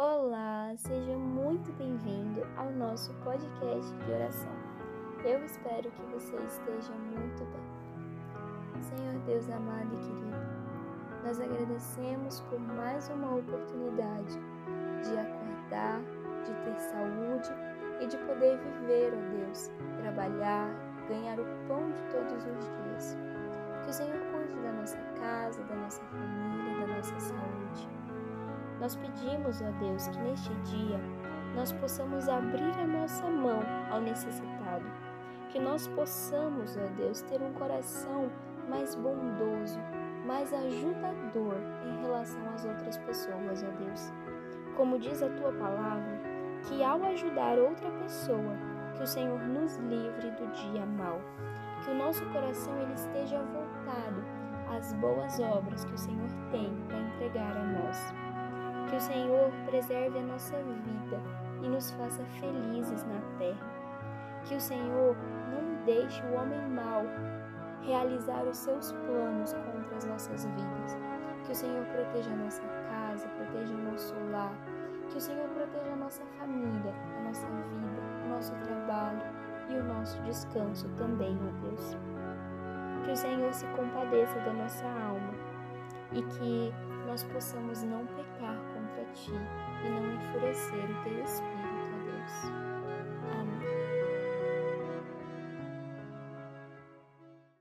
Olá, seja muito bem-vindo ao nosso podcast de oração. Eu espero que você esteja muito bem. Senhor Deus amado e querido, nós agradecemos por mais uma oportunidade de acordar, de ter saúde e de poder viver, ó Deus, trabalhar, ganhar o pão de todos os dias. Que o Senhor cuide da nossa casa, da nossa família, da nossa saúde. Nós pedimos, ó Deus, que neste dia nós possamos abrir a nossa mão ao necessitado, que nós possamos, ó Deus, ter um coração mais bondoso, mais ajudador em relação às outras pessoas, ó Deus. Como diz a Tua palavra, que ao ajudar outra pessoa, que o Senhor nos livre do dia mau, que o nosso coração ele esteja voltado às boas obras que o Senhor tem para entregar a nós. Que o Senhor preserve a nossa vida e nos faça felizes na terra. Que o Senhor não deixe o homem mau realizar os seus planos contra as nossas vidas. Que o Senhor proteja a nossa casa, proteja o nosso lar. Que o Senhor proteja a nossa família, a nossa vida, o nosso trabalho e o nosso descanso também, ó Deus. Que o Senhor se compadeça da nossa alma e que nós possamos não pecar contra Ti e não enfurecer o Teu Espírito, ó Deus.